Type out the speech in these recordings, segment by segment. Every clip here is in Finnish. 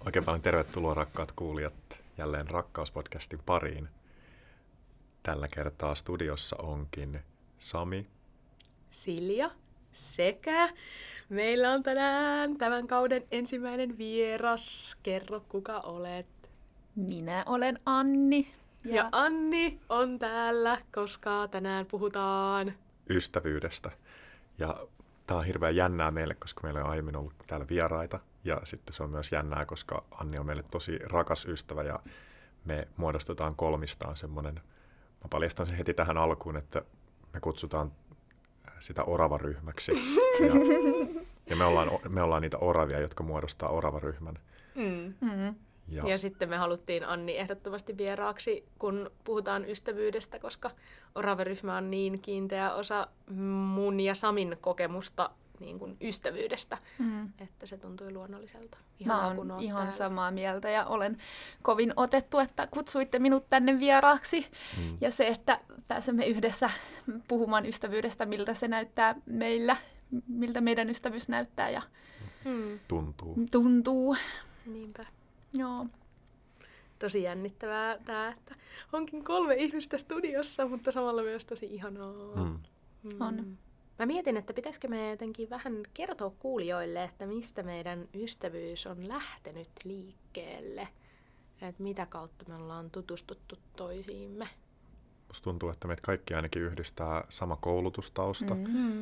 Oikein paljon tervetuloa rakkaat kuulijat jälleen Rakkauspodcastin pariin. Tällä kertaa studiossa onkin Sami, Silja sekä meillä on tänään tämän kauden ensimmäinen vieras. Kerro kuka olet. Minä olen Anni. Ja Anni on täällä, koska tänään puhutaan ystävyydestä. Ja tää on hirveän jännää meille, koska meillä on aiemmin ollut täällä vieraita. Ja sitten se on myös jännää, koska Anni on meille tosi rakas ystävä ja me muodostetaan kolmistaan semmoinen. Mä paljastan sen heti tähän alkuun, että me kutsutaan sitä oravaryhmäksi. Ja me ollaan niitä oravia, jotka muodostaa oravaryhmän. Ja sitten me haluttiin Anni ehdottomasti vieraaksi, kun puhutaan ystävyydestä, koska oravaryhmä on niin kiinteä osa mun ja Samin kokemusta niin kuin ystävyydestä, että se tuntui luonnolliselta. Mä oon ihan samaa mieltä ja olen kovin otettu, että kutsuitte minut tänne vieraaksi. Ja se, että pääsemme yhdessä puhumaan ystävyydestä, miltä se näyttää meillä, miltä meidän ystävyys näyttää ja tuntuu. Niinpä. Joo. Tosi jännittävää tämä, että onkin 3 ihmistä studiossa, mutta samalla myös tosi ihanaa. On. Mä mietin, että pitäisikö me jotenkin vähän kertoa kuulijoille, että mistä meidän ystävyys on lähtenyt liikkeelle. Että mitä kautta me ollaan tutustuttu toisiimme. Musta tuntuu, että meitä kaikki ainakin yhdistää sama koulutustausta.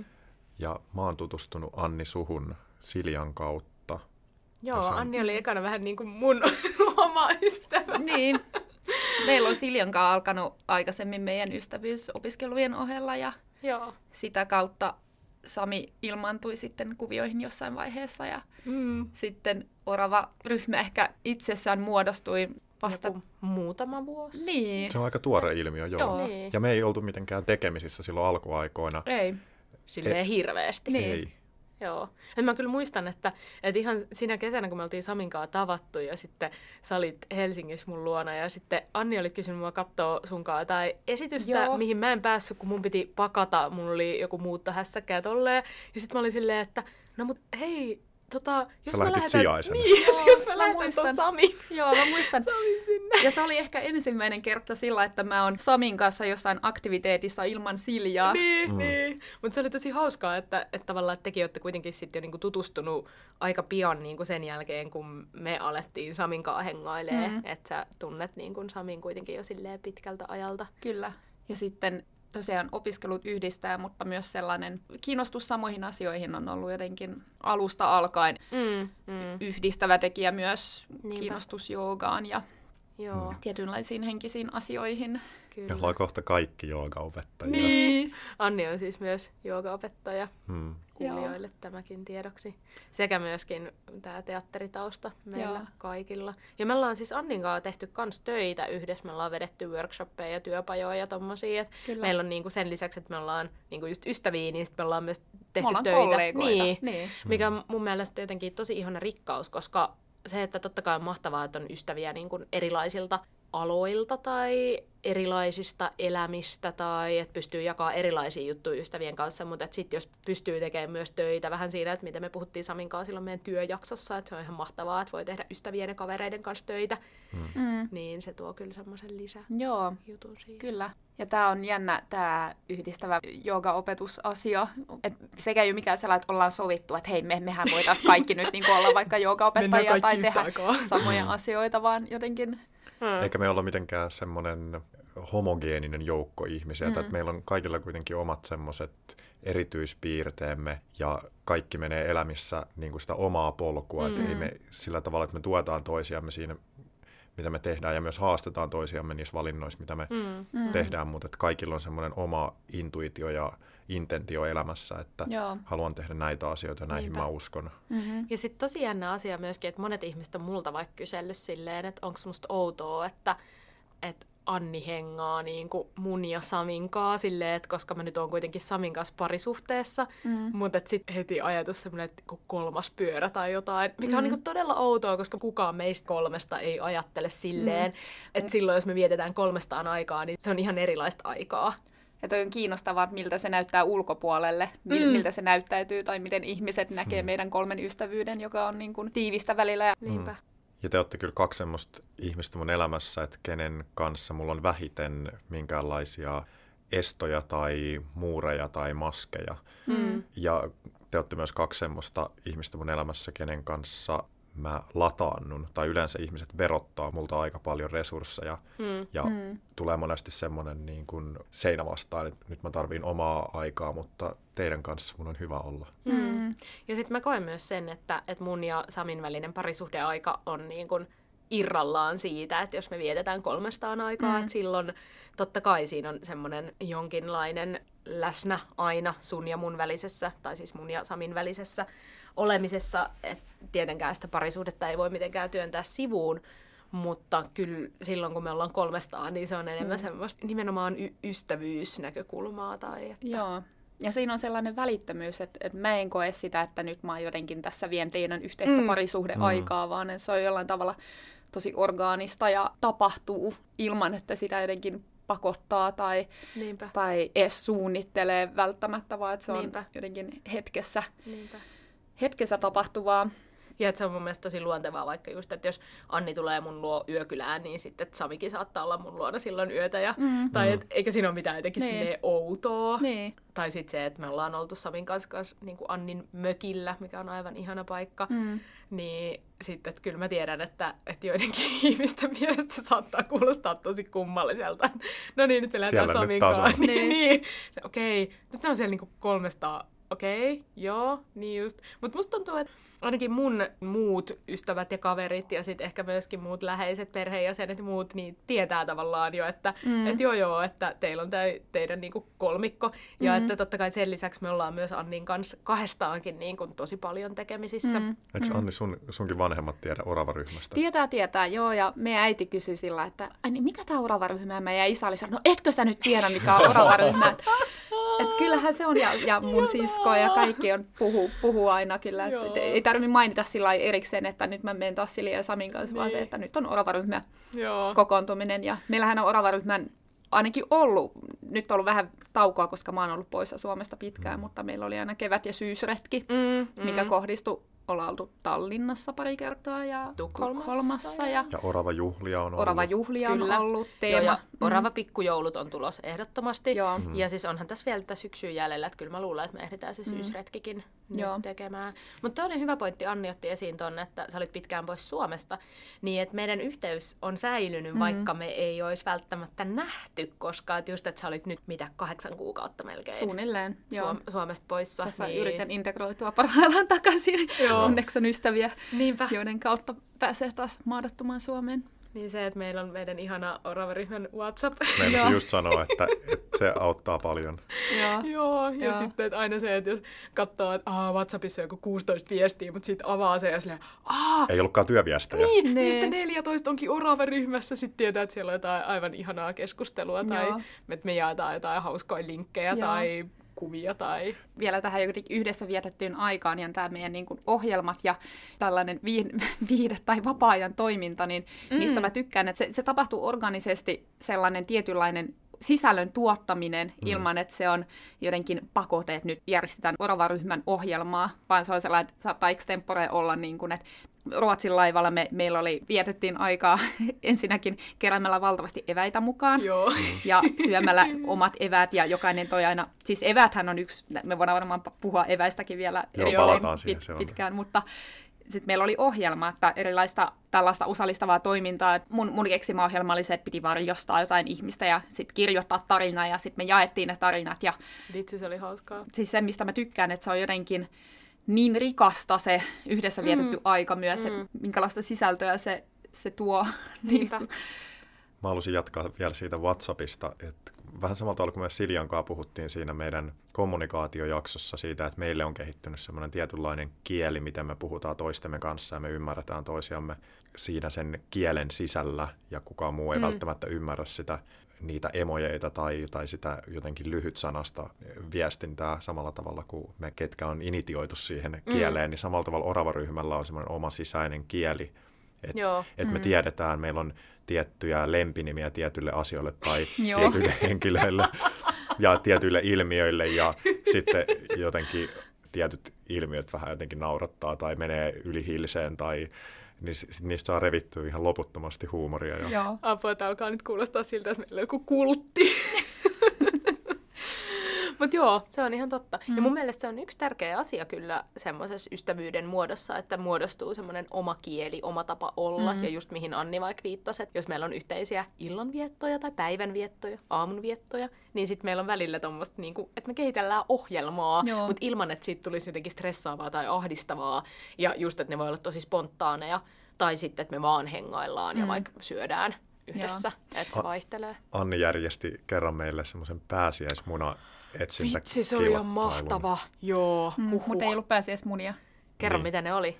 Ja mä oon tutustunut Anni suhun Siljan kautta. Joo, Anni oli ekana vähän niin kuin mun oma ystävä. Niin. Meillä on Siljan kanssa alkanut aikaisemmin meidän ystävyys opiskelujen ohella ja Joo. sitä kautta Sami ilmaantui sitten kuvioihin jossain vaiheessa ja sitten orava-ryhmä ehkä itsessään muodostui vasta joku muutama vuosi. Niin. Se on aika tuore ilmiö, joo. Niin. Ja me ei oltu mitenkään tekemisissä silloin alkuaikoina. Ei. Silleen hirveästi. Niin. Ei. Joo. Et mä kyllä muistan, että ihan siinä kesänä, kun me oltiin Samin kanssa tavattu ja sitten sä olit Helsingissä mun luona ja sitten Anni oli kysynyt mua katsoa sunkaan tai esitystä, Joo. mihin mä en päässyt, kun mun piti pakata, mun oli joku muuttohässäkkä ja tolleen. Ja sitten mä olin silleen, että no mut hei, jos Sä mä lähdit sijaisena. Niin, Joo, jos mä mä lähetän muistan. ton Samin. Joo, mä muistan. Samin sinne. Ja se oli ehkä ensimmäinen kerta sillä, että mä oon Samin kanssa jossain aktiviteetissa ilman Siljaa. Niin. Mutta se oli tosi hauskaa, että tavallaan että tekin olette kuitenkin sitten jo niinku tutustunut aika pian niinku sen jälkeen, kun me alettiin Samin kanssa hengailee. Että sä tunnet niinku Samin kuitenkin jo silleen pitkältä ajalta. Kyllä. Ja sitten tosiaan opiskelut yhdistää, mutta myös sellainen kiinnostus samoihin asioihin on ollut jotenkin alusta alkaen yhdistävä tekijä myös. Niinpä. Kiinnostus joogaan ja Joo, tietynlaisiin henkisiin asioihin. kyllä. Ja ollaan kohta kaikki joogaopettajia. Niin. Anni on siis myös joogaopettaja. Hmm. Kuulijoille tämäkin tiedoksi. Sekä myöskin tämä teatteritausta meillä Joo. kaikilla. Ja me ollaan siis Annin kanssa tehty kans töitä yhdessä. Me ollaan vedetty workshoppeja ja työpajoja ja tommosia. Kyllä. Meillä on niinku sen lisäksi, että me ollaan niinku just ystäviä, niin sit me ollaan myös tehty ollaan töitä. kollegoita. Niin. Mikä on mun mielestä jotenkin tosi ihana rikkaus, koska se, että totta kai on mahtavaa, että on ystäviä niin kuin erilaisilta aloilta tai erilaisista elämistä tai että pystyy jakamaan erilaisia juttuja ystävien kanssa, mutta sitten jos pystyy tekemään myös töitä vähän siinä, että mitä me puhuttiin Samin kanssa silloin meidän työjaksossa, että se on ihan mahtavaa, että voi tehdä ystävien ja kavereiden kanssa töitä, niin se tuo kyllä semmoisen Joo, lisäjutun siihen. kyllä. Ja tää on jännä, tää yhdistävä joogaopetusasia. Et sekä ei ole mikään sellainen, että ollaan sovittu, että hei, mehän voitaisiin kaikki nyt niin olla vaikka joogaopettajia tai tehdä samoja asioita, vaan jotenkin. Eikä me olla mitenkään semmoinen homogeeninen joukko ihmisiä, että meillä on kaikilla kuitenkin omat semmoiset erityispiirteemme ja kaikki menee elämissä niin kuin sitä omaa polkua. Että ei me sillä tavalla, että me tuetaan toisiamme siinä, mitä me tehdään ja myös haastetaan toisiamme niissä valinnoissa, mitä me tehdään, mutta että kaikilla on semmoinen oma intuitio ja intentio elämässä, että haluan tehdä näitä asioita ja näihin mä uskon. Ja sitten tosi jännä asia myöskin, että monet ihmiset on multa vaikka kysellyt silleen, että onko musta outoa, että Anni hengaa niin kuin mun ja Samin kanssa silleen, että koska mä nyt oon kuitenkin Samin kanssa parisuhteessa, mutta sitten heti ajatus semmoinen, että kolmas pyörä tai jotain, mikä on niin kuin todella outoa, koska kukaan meistä kolmesta ei ajattele silleen, että silloin jos me vietetään 3 aikaa, niin se on ihan erilaista aikaa. Ja toi on kiinnostavaa, miltä se näyttää ulkopuolelle, miltä se näyttäytyy tai miten ihmiset näkee meidän 3 ystävyyden, joka on niin kuin tiivistä välillä. Niinpä. Ja te olette kyllä kaksi semmoista ihmistä mun elämässä, että kenen kanssa mulla on vähiten minkäänlaisia estoja tai muureja tai maskeja. Ja te olette myös kaksi semmoista ihmistä mun elämässä, kenen kanssa mä lataannun, tai yleensä ihmiset verottaa multa aika paljon resursseja, ja tulee monesti semmoinen niin kuin seinä vastaan, että nyt mä tarviin omaa aikaa, mutta teidän kanssa mun on hyvä olla. Ja sitten mä koen myös sen, että mun ja Samin välinen parisuhdeaika on niin kuin irrallaan siitä, että jos me vietetään 300 aikaa, että silloin totta kai siinä on semmoinen jonkinlainen läsnä aina sun ja mun välisessä, tai siis mun ja Samin välisessä olemisessa, että tietenkään sitä parisuhdetta ei voi mitenkään työntää sivuun, mutta kyllä silloin, kun me ollaan 300, niin se on enemmän semmoista nimenomaan ystävyysnäkökulmaa. Tai että... Joo. Ja siinä on sellainen välittömyys, että mä en koe sitä, että nyt mä jotenkin tässä vien teidän yhteistä parisuhdeaikaa, vaan että se on jollain tavalla tosi orgaanista ja tapahtuu ilman, että sitä jotenkin pakottaa tai edes suunnittelee välttämättä, vaan että se on jotenkin hetkessä tapahtuvaa. Ja että se on mun mielestä tosi luontevaa, vaikka just, että jos Anni tulee mun luo yökylään, niin sitten Samikin saattaa olla mun luona silloin yötä. Tai eikä siinä ole mitään jotenkin silleen outoa. Niin. Tai sitten se, että me ollaan oltu Samin kanssa niin kuin Annin mökillä, mikä on aivan ihana paikka. Niin sitten, että kyllä mä tiedän, että joidenkin ihmisten mielestä saattaa kuulostaa tosi kummalliselta. No niin, nyt me lähdetään Samin kanssa. Niin. Okei, nyt ne on siellä niin kuin 300. Okei, joo, niin just. Mutta musta tuntuu, että ainakin mun muut ystävät ja kaverit ja sitten ehkä myöskin muut läheiset perheenjäsenet ja muut, niin tietää tavallaan jo, että et joo, että teillä on teidän niinku kolmikko. Ja että totta kai sen lisäksi me ollaan myös Annin kanssa kahdestaankin niinku tosi paljon tekemisissä. Eikö Anni sunkin vanhemmat tiedä oravaryhmästä? Tietää, joo. Ja meidän äiti kysyi sillä, että niin mikä tämä oravaryhmä? Meidän isä oli sanonut, no etkö sä nyt tiedä, mikä on oravaryhmä? Että kyllähän se on, ja mun sisko ja kaikki on puhuu aina kyllä. Ei tarvitse mainita sillä erikseen, että nyt mä menen taas Silja ja Samin kanssa, vaan se, että nyt on oravaryhmä kokoontuminen. Ja meillähän on oravaryhmän ainakin ollut, nyt on ollut vähän taukoa, koska mä oon ollut poissa Suomesta pitkään, mutta meillä oli aina kevät- ja syysretki, mikä kohdistui. Ollaan oltu Tallinnassa pari kertaa ja Tukholmassa. Ja Orava-juhlia on ollut. Orava-juhlia on ollut teema. Ja Orava-pikkujoulut on tulossa ehdottomasti. Ja siis onhan tässä vielä tätä syksyä jäljellä, että kyllä mä luulen, että me ehditään se syysretkikin nyt tekemään. Mutta toinen hyvä pointti, Anni otti esiin tuonne, että sä olit pitkään pois Suomesta, niin että meidän yhteys on säilynyt, vaikka me ei olisi välttämättä nähty, koska että just, että sä olit nyt 8 kuukautta melkein. Suunnilleen, Suomesta poissa. Tässä yritän integroitua parhaillaan takaisin. Onneksi on ystäviä, joiden kautta pääsee taas maadottumaan Suomeen. Niin se, että meillä on meidän ihana oravaryhmän WhatsApp. Meidän just sanoa, että se auttaa paljon. Joo. Ja sitten että aina se, että jos katsoo, että WhatsAppissa on joku 16 viestiä, mutta sitten avaa se ja silleen, ei ollutkaan työviestejä. Niin, niistä 14 onkin oravaryhmässä. Sitten tietää, että siellä on jotain aivan ihanaa keskustelua tai että me jaetaan jotain hauskoja linkkejä tai kuvia tai... Vielä tähän yhdessä vietettyyn aikaan ja tämä meidän niin kuin ohjelmat ja tällainen viihde- tai vapaa-ajan toiminta, niin mistä mä tykkään, että se tapahtuu organisesti sellainen tietynlainen sisällön tuottaminen ilman, että se on jotenkin pakote, että nyt järjestetään oravaryhmän ohjelmaa, vaan se on sellainen, että saattaa extempore olla niin kuin, että Ruotsin laivalla meillä vietettiin aikaa ensinnäkin keräämällä valtavasti eväitä mukaan ja syömällä omat eväät ja jokainen toi aina, siis eväthän on yksi, me voidaan varmaan puhua eväistäkin vielä pitkään, mutta sitten meillä oli ohjelma, että erilaista tällaista osallistavaa toimintaa. Mun keksimä ohjelma oli se, että piti varjostaa jotain ihmistä ja sitten kirjoittaa tarinaa ja sitten me jaettiin ne tarinat. Ja vitsi, se oli hauskaa. Siis se, mistä mä tykkään, että se on jotenkin niin rikasta se yhdessä vietetty aika myös, että minkälaista sisältöä se tuo. Mä haluaisin jatkaa vielä siitä WhatsAppista, että vähän samalla tavalla kuin me Siljan kanssa puhuttiin siinä meidän kommunikaatiojaksossa siitä, että meille on kehittynyt semmoinen tietynlainen kieli, miten me puhutaan toistemme kanssa ja me ymmärretään toisiamme siinä sen kielen sisällä ja kukaan muu ei välttämättä ymmärrä niitä emojeita tai sitä jotenkin lyhytsanasta viestintää samalla tavalla kuin me, ketkä on initioitu siihen kieleen, niin samalla tavalla oravaryhmällä on semmoinen oma sisäinen kieli, että me tiedetään, meillä on tiettyjä lempinimiä tietyille asioille tai tietyille henkilöille ja tietyille ilmiöille ja sitten jotenkin tietyt ilmiöt vähän jotenkin naurattaa tai menee yli hilseen tai niin niistä saa revittyä ihan loputtomasti huumoria. Joo. Apua, että alkaa nyt kuulostaa siltä, että meillä on joku kultti. Mutta joo, se on ihan totta. Ja mun mielestä se on yksi tärkeä asia kyllä semmoisessa ystävyyden muodossa, että muodostuu semmoinen oma kieli, oma tapa olla. Ja just mihin Anni vaikka viittasi, että jos meillä on yhteisiä illanviettoja tai päivänviettoja, aamunviettoja, niin sitten meillä on välillä tommoista, niinku, että me kehitellään ohjelmaa, mutta ilman, että siitä tulisi jotenkin stressaavaa tai ahdistavaa. Ja just, että ne voi olla tosi spontaaneja. Tai sitten, että me vaan hengaillaan ja vaikka syödään yhdessä, että se vaihtelee. Anni järjesti kerran meille semmoisen pääsiäismuna etsintä. Vitsi, se oli ihan mahtava. Joo, Mutta ei ollut pääsiäismunia. Kerro, Niin. mitä ne oli.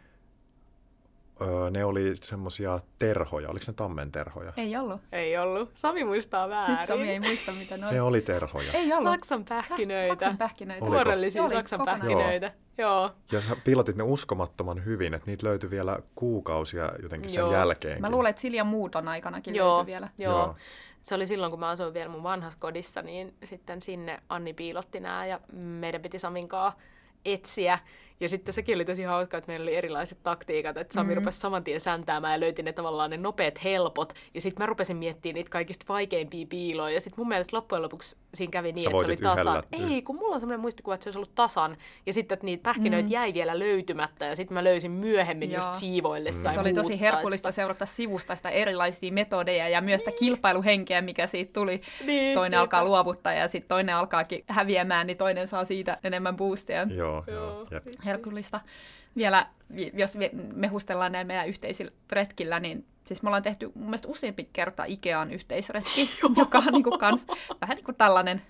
Ne oli semmoisia terhoja. Oliko ne tammenterhoja? Ei ollut. Ei ollut. Sami muistaa väärin. Nyt Sami ei muista, mitä ne oli. Ne oli terhoja. Ei ollut. Saksan pähkinöitä. Saksan pähkinöitä. Oliko? Nuorellisia Oli, Saksan kokonaan. pähkinöitä. Joo. Ja sä pilotit ne uskomattoman hyvin, että niitä löytyi vielä kuukausia jotenkin sen jälkeenkin. Mä luulen, että Silja Muuton aikanakin Joo, löytyi vielä. joo. Se oli silloin, kun mä asuin vielä mun vanhassa kodissa, niin sitten sinne Anni piilotti nää ja meidän piti Saminkaan etsiä. Ja sitten sekin oli tosi hauskaa, että meillä oli erilaiset taktiikat, että Sami rupesi saman tien säntäämään ja löyti ne tavallaan ne nopeat helpot. Ja sitten mä rupesin miettimään niitä kaikista vaikeimpia piiloja. Ja sitten mun mielestä loppujen lopuksi siinä kävi niin, että se oli tasan. Ei, kun mulla on semmoinen muistikuva, että se olisi ollut tasan. Ja sitten, että niitä pähkinöitä jäi vielä löytymättä. Ja sitten mä löysin myöhemmin just siivoillessa ja Se oli tosi muuttaessa. herkullista seurata sivusta sitä erilaisia metodeja ja myös sitä kilpailuhenkeä, mikä siitä tuli. Niin, toinen alkaa luovuttaa ja sitten toinen alkaakin häviämään, niin toinen saa siitä enemmän boostia. Joo. Jep. Herkullista. Vielä, jos mehustellaan näin meidän yhteisillä retkillä, niin siis me ollaan tehty mun mielestä useampi kerta Ikean yhteisretki, joka on niin kuin kans, vähän niin kuin tällainen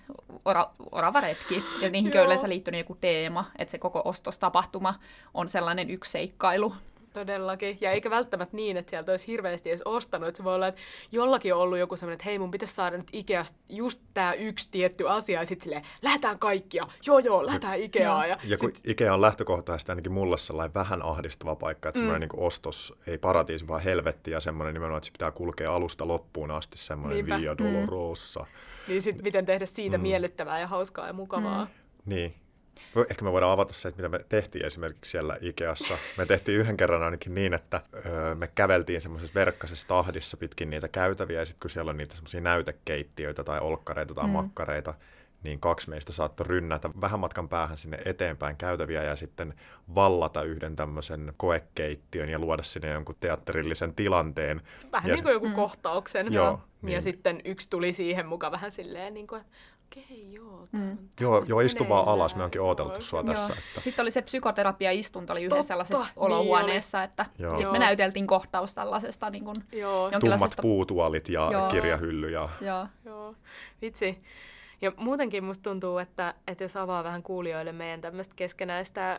orava retki. Ja niihin on yleensä liittynyt joku teema, että se koko ostostapahtuma on sellainen yksi seikkailu. Todellakin. Ja eikä välttämättä niin, että sieltä olisi hirveästi edes ostanut. Että se voi olla, että jollakin on ollut joku sellainen, että hei, mun pitäisi saada nyt Ikeasta just tää yksi tietty asia. Ja sitten silleen, lähdetään kaikkia. Joo, lähdetään Ikeaan. Ja kun Ikea on lähtökohtaisesti ainakin mulle sellainen vähän ahdistava paikka, että semmoinen niin ostos, ei paratiisi, vaan helvetti. Ja semmoinen nimenomaan, että se pitää kulkea alusta loppuun asti, semmoinen Via Dolorosa. Niin sitten miten tehdä siitä miellyttävää ja hauskaa ja mukavaa. Niin. Ehkä me voidaan avata se, että mitä me tehtiin esimerkiksi siellä Ikeassa. Me tehtiin yhden kerran ainakin niin, että me käveltiin semmoisessa verkkaisessa tahdissa pitkin niitä käytäviä, ja sitten kun siellä on niitä semmoisia näytekeittiöitä tai olkkareita tai makkareita, niin kaksi meistä saattoi rynnätä vähän matkan päähän sinne eteenpäin käytäviä ja sitten vallata yhden tämmöisen koekeittiön ja luoda sinne jonkun teatterillisen tilanteen. Vähän ja niin kuin joku kohtauksen. Joo, Ja niin. sitten yksi tuli siihen mukaan vähän silleen, niin kuin, että okei, joo. Joo, istu vaan alas, me onkin odoteltu sua tässä. Että... Sitten oli se psykoterapiaistunto, oli yhdessä Totta, sellaisessa niin olohuoneessa, että Joo. sitten me näyteltiin kohtaus tällaisesta niin kuin Tummat puutuolit ja Joo. kirjahylly. Ja... Joo, vitsi. Ja muutenkin musta tuntuu, että jos avaa vähän kuulijoille meidän tämmöistä keskenäistä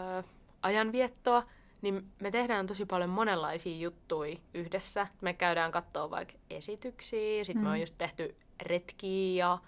ajanviettoa, niin me tehdään tosi paljon monenlaisia juttuja yhdessä. Me käydään katsoa vaikka esityksiä, sitten me on just tehty retkiä ja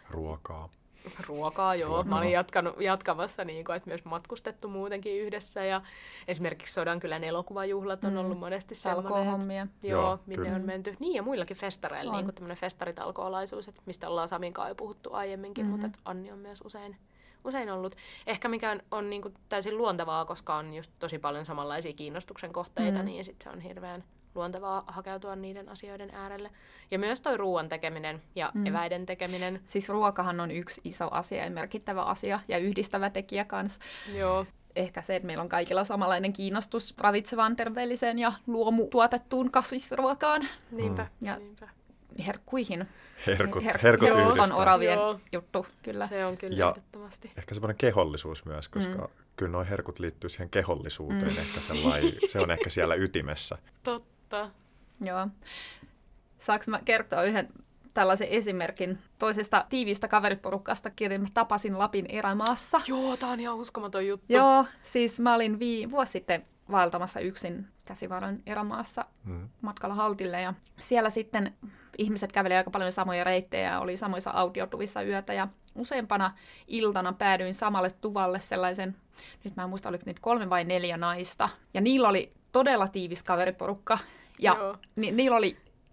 ruokaa, joo. Mä olin jatkamassa, niin kuin, että myös matkustettu muutenkin yhdessä. Ja esimerkiksi Sodankylän elokuvajuhlat on ollut monesti Talkoohommia. Joo, minne on menty. Niin, ja muillakin festareilla, niin kuin tämmöinen festaritalkoolaisuus, että mistä ollaan Saminkaan jo puhuttu aiemminkin, mutta että Anni on myös usein ollut. Ehkä mikä on niin kuin täysin luontevaa, koska on just tosi paljon samanlaisia kiinnostuksen kohteita, niin sitten se on hirveän luontevaa hakeutua niiden asioiden äärelle. Ja myös toi ruoan tekeminen ja eväiden tekeminen. Siis ruokahan on yksi iso asia ja merkittävä asia ja yhdistävä tekijä kanssa. Joo. Ehkä se, että meillä on kaikilla samanlainen kiinnostus ravitsevaan, terveelliseen ja luomutuotettuun kasvisruokaan. Niinpä. Ja herkkuihin. Herkut on yhdistää. oravien juttu, kyllä. Se on kyllä Ja ehdottomasti. ehkä semmoinen kehollisuus myös, koska kyllä nuo herkut liittyy siihen kehollisuuteen. Ehkä se on ehkä siellä ytimessä. Totta. Joo. Saanko mä kertoa yhden tällaisen esimerkin toisesta tiivistä kaveriporukasta, kirjan mä tapasin Lapin erämaassa. Joo, tää on ihan uskomaton juttu. Joo, siis mä olin vuosi sitten vaeltamassa yksin Käsivarren erämaassa matkalla Haltille ja siellä sitten ihmiset kävelivät aika paljon samoja reittejä ja oli samoissa autiotuvissa yötä ja useampana iltana päädyin samalle tuvalle sellaisen, nyt mä en muista oliko niitä 3 vai 4 naista ja niillä oli todella tiivis kaveriporukka ja niillä oli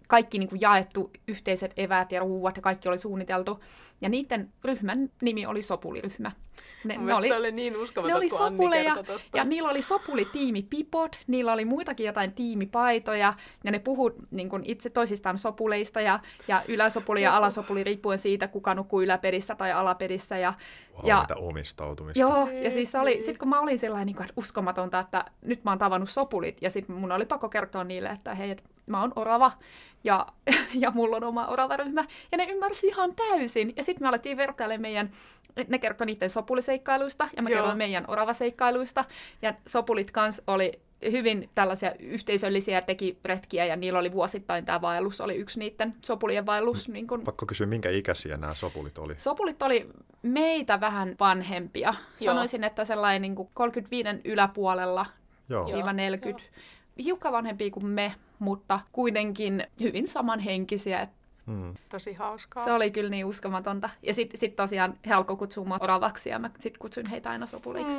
kaikki niin kuin jaettu yhteiset eväät ja ruuat ja kaikki oli suunniteltu. Ja niiden ryhmän nimi oli sopuliryhmä. Ne oli niin uskomaton, kun Anni kertoi tosta. Ja niillä oli sopulitiimipipot, niillä oli muitakin jotain tiimipaitoja, ja ne puhui niin kuin itse toisistaan sopuleista, ja yläsopuli ja alasopuli riippuen siitä, kuka nukkuu yläpedissä tai alapedissä. Mitä omistautumista. Joo, ja siis sit kun mä olin sellainen, niin kuin, että uskomatonta, että nyt mä oon tavannut sopulit, ja sitten mun oli pakko kertoa niille, että hei, mä oon orava, ja mulla on oma oravaryhmä, ja ne ymmärsi ihan täysin. Ja sitten me alettiin vertailemaan ne kertoi niiden sopuliseikkailuista, ja mä kerroin meidän oravaseikkailuista, ja sopulit kans oli hyvin tällaisia yhteisöllisiä, teki retkiä, ja niillä oli vuosittain tämä vaellus, oli yksi niiden sopulien vaellus. Niin kun... Pakko kysyä, minkä ikäisiä nämä sopulit oli? Sopulit oli meitä vähän vanhempia. Sanoisin, että sellainen niin kuin 35 yläpuolella, viiva 40. Hiukka vanhempia kuin me, mutta kuitenkin hyvin samanhenkisiä. Tosi hauskaa. Se oli kyllä niin uskomatonta. Ja sit tosiaan he alkoi kutsua mua oravaksi, ja mä sit kutsuin heitä aina sopuleiksi.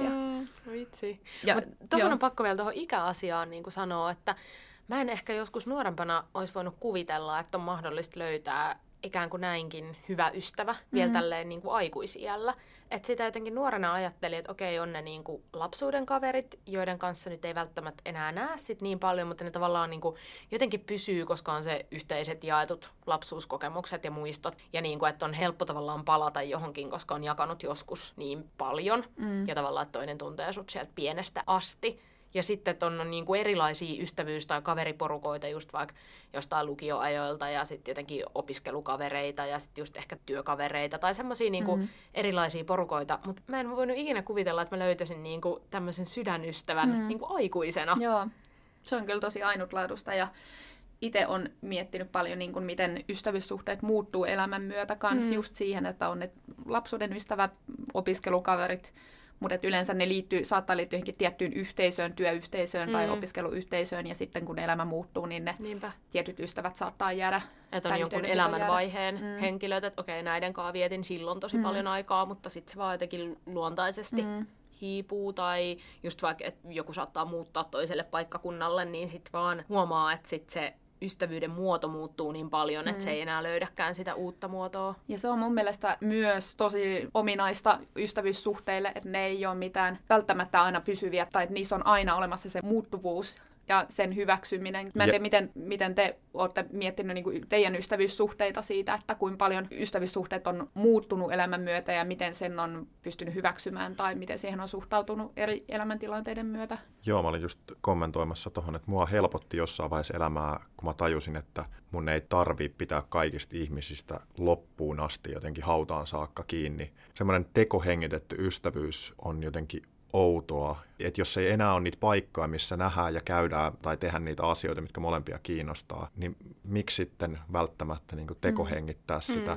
Vitsi. Tuohon on pakko vielä tuohon ikäasiaan niin kuin sanoa, että mä en ehkä joskus nuorempana olisi voinut kuvitella, että on mahdollista löytää ikään kuin näinkin hyvä ystävä vielä tälleen niin kuin aikuisiällä. Että sitä jotenkin nuorena ajattelin, että okei, on ne niin kuin lapsuuden kaverit, joiden kanssa nyt ei välttämättä enää näe sit niin paljon, mutta ne tavallaan niin kuin jotenkin pysyy, koska on se yhteiset jaetut lapsuuskokemukset ja muistot. Ja niin kuin, että on helppo tavallaan palata johonkin, koska on jakanut joskus niin paljon. Ja tavallaan, että toinen tuntee sut sieltä pienestä asti. Ja sitten, että on niin kuin erilaisia ystävyys- tai kaveriporukoita just vaikka jostain lukioajoilta ja sitten jotenkin opiskelukavereita ja sitten just ehkä työkavereita tai semmoisia niin kuin erilaisia porukoita. Mutta mä en voinut ikinä kuvitella, että mä löytäisin niin kuin tämmöisen sydänystävän niin kuin aikuisena. Joo, se on kyllä tosi ainutlaatuista ja itse on miettinyt paljon, niin kuin miten ystävyyssuhteet muuttuu elämän myötä kanssa just siihen, että on ne lapsuuden ystävät, opiskelukaverit, mutta yleensä ne saattaa liittyä johonkin tiettyyn yhteisöön, työyhteisöön tai opiskeluyhteisöön, ja sitten kun elämä muuttuu, niin ne tietyt ystävät saattaa jäädä. Että on jonkun elämänvaiheen henkilöt, että okei, näiden kanssa vietin silloin tosi paljon aikaa, mutta sitten se vaan jotenkin luontaisesti hiipuu, tai just vaikka, että joku saattaa muuttaa toiselle paikkakunnalle, niin sitten vaan huomaa, että sitten se ystävyyden muoto muuttuu niin paljon, että se ei enää löydäkään sitä uutta muotoa. Ja se on mun mielestä myös tosi ominaista ystävyyssuhteille, että ne ei ole mitään välttämättä aina pysyviä, tai että niissä on aina olemassa se muuttuvuus ja sen hyväksyminen. Mä en tiedä, miten te olette miettinyt niin kuin teidän ystävyyssuhteita siitä, että kuinka paljon ystävyyssuhteet on muuttunut elämän myötä ja miten sen on pystynyt hyväksymään tai miten siihen on suhtautunut eri elämäntilanteiden myötä. Joo, mä olin just kommentoimassa tuohon, että mua helpotti jossain vaiheessa elämää, kun mä tajusin, että mun ei tarvitse pitää kaikista ihmisistä loppuun asti jotenkin hautaan saakka kiinni. Semmoinen tekohengitetty ystävyys on jotenkin outoa, että jos ei enää ole niitä paikkoja, missä nähdään ja käydään tai tehdään niitä asioita, mitkä molempia kiinnostaa, niin miksi sitten välttämättä niin kuin tekohengittää sitä,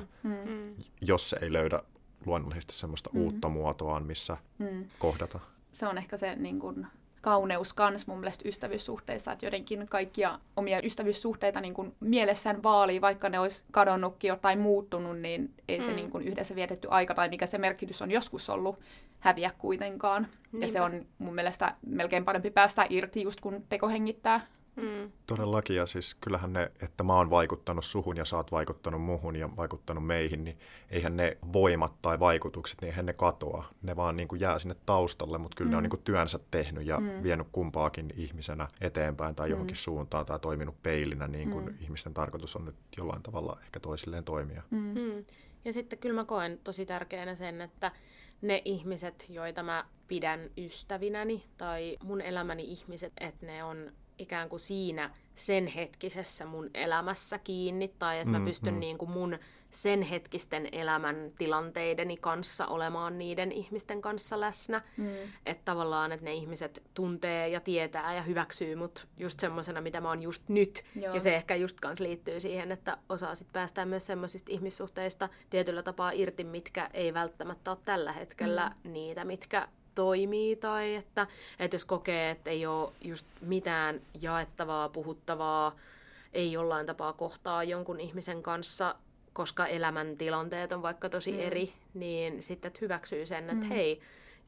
jos se ei löydä luonnollisesti semmoista uutta muotoaan, missä kohdata. Se on ehkä se niin kuin kauneus kans mun mielestä ystävyyssuhteissa, että jotenkin kaikkia omia ystävyyssuhteita niin kuin mielessään vaalii, vaikka ne olisi kadonnutkin tai muuttunut, niin ei se niin kuin yhdessä vietetty aika tai mikä se merkitys on joskus ollut häviä kuitenkaan. Niinpä. Ja se on mun mielestä melkein parempi päästä irti just kun tekohengittää. Todellakin, ja siis kyllähän ne, että mä oon vaikuttanut suhun ja sä oot vaikuttanut muhun ja vaikuttanut meihin, niin eihän ne voimat tai vaikutukset, niin eihän ne katoa. Ne vaan niin kuin jää sinne taustalle, mutta kyllä ne on niin kuin työnsä tehnyt ja vienyt kumpaakin ihmisenä eteenpäin tai johonkin suuntaan tai toiminut peilinä, niin kuin ihmisten tarkoitus on nyt jollain tavalla ehkä toisilleen toimia. Ja sitten kyllä mä koen tosi tärkeänä sen, että ne ihmiset, joita mä pidän ystävinäni tai mun elämäni ihmiset, että ne on ikään kuin siinä sen hetkisessä mun elämässä kiinni, tai että mä pystyn niin kuin mun sen hetkisten elämäntilanteideni kanssa olemaan niiden ihmisten kanssa läsnä. Että tavallaan, että ne ihmiset tuntee ja tietää ja hyväksyy mut just semmosena, mitä mä oon just nyt. Joo. Ja se ehkä just kans liittyy siihen, että osaa sit päästään myös semmosista ihmissuhteista tietyllä tapaa irti, mitkä ei välttämättä ole tällä hetkellä niitä, mitkä toimii, tai että jos kokee, että ei ole just mitään jaettavaa, puhuttavaa, ei jollain tapaa kohtaa jonkun ihmisen kanssa, koska elämäntilanteet on vaikka tosi eri, niin sitten että hyväksyy sen, että hei,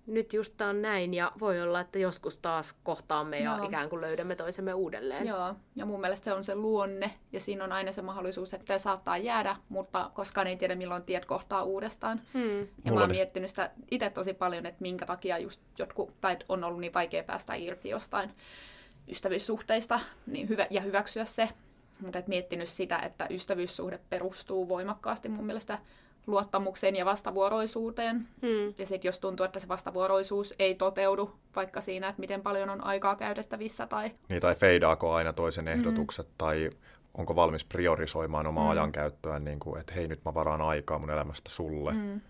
nyt just tää on näin ja voi olla, että joskus taas kohtaamme ja ikään kuin löydämme toisemme uudelleen. Joo, ja mun mielestä se on se luonne ja siinä on aina se mahdollisuus, että se saattaa jäädä, mutta koskaan ei tiedä milloin tiet kohtaa uudestaan. Ja mä oon miettinyt sitä itse tosi paljon, että minkä takia just jotkut, tai on ollut niin vaikea päästä irti jostain ystävyyssuhteista niin ja hyväksyä se. Mutta miettinyt sitä, että ystävyyssuhde perustuu voimakkaasti mun mielestä luottamukseen ja vastavuoroisuuteen. Ja sitten jos tuntuu, että se vastavuoroisuus ei toteudu vaikka siinä, että miten paljon on aikaa käytettävissä. Tai feidaako aina toisen ehdotukset tai onko valmis priorisoimaan omaa ajankäyttöään, niin kuin, että hei nyt mä varaan aikaa mun elämästä sulle.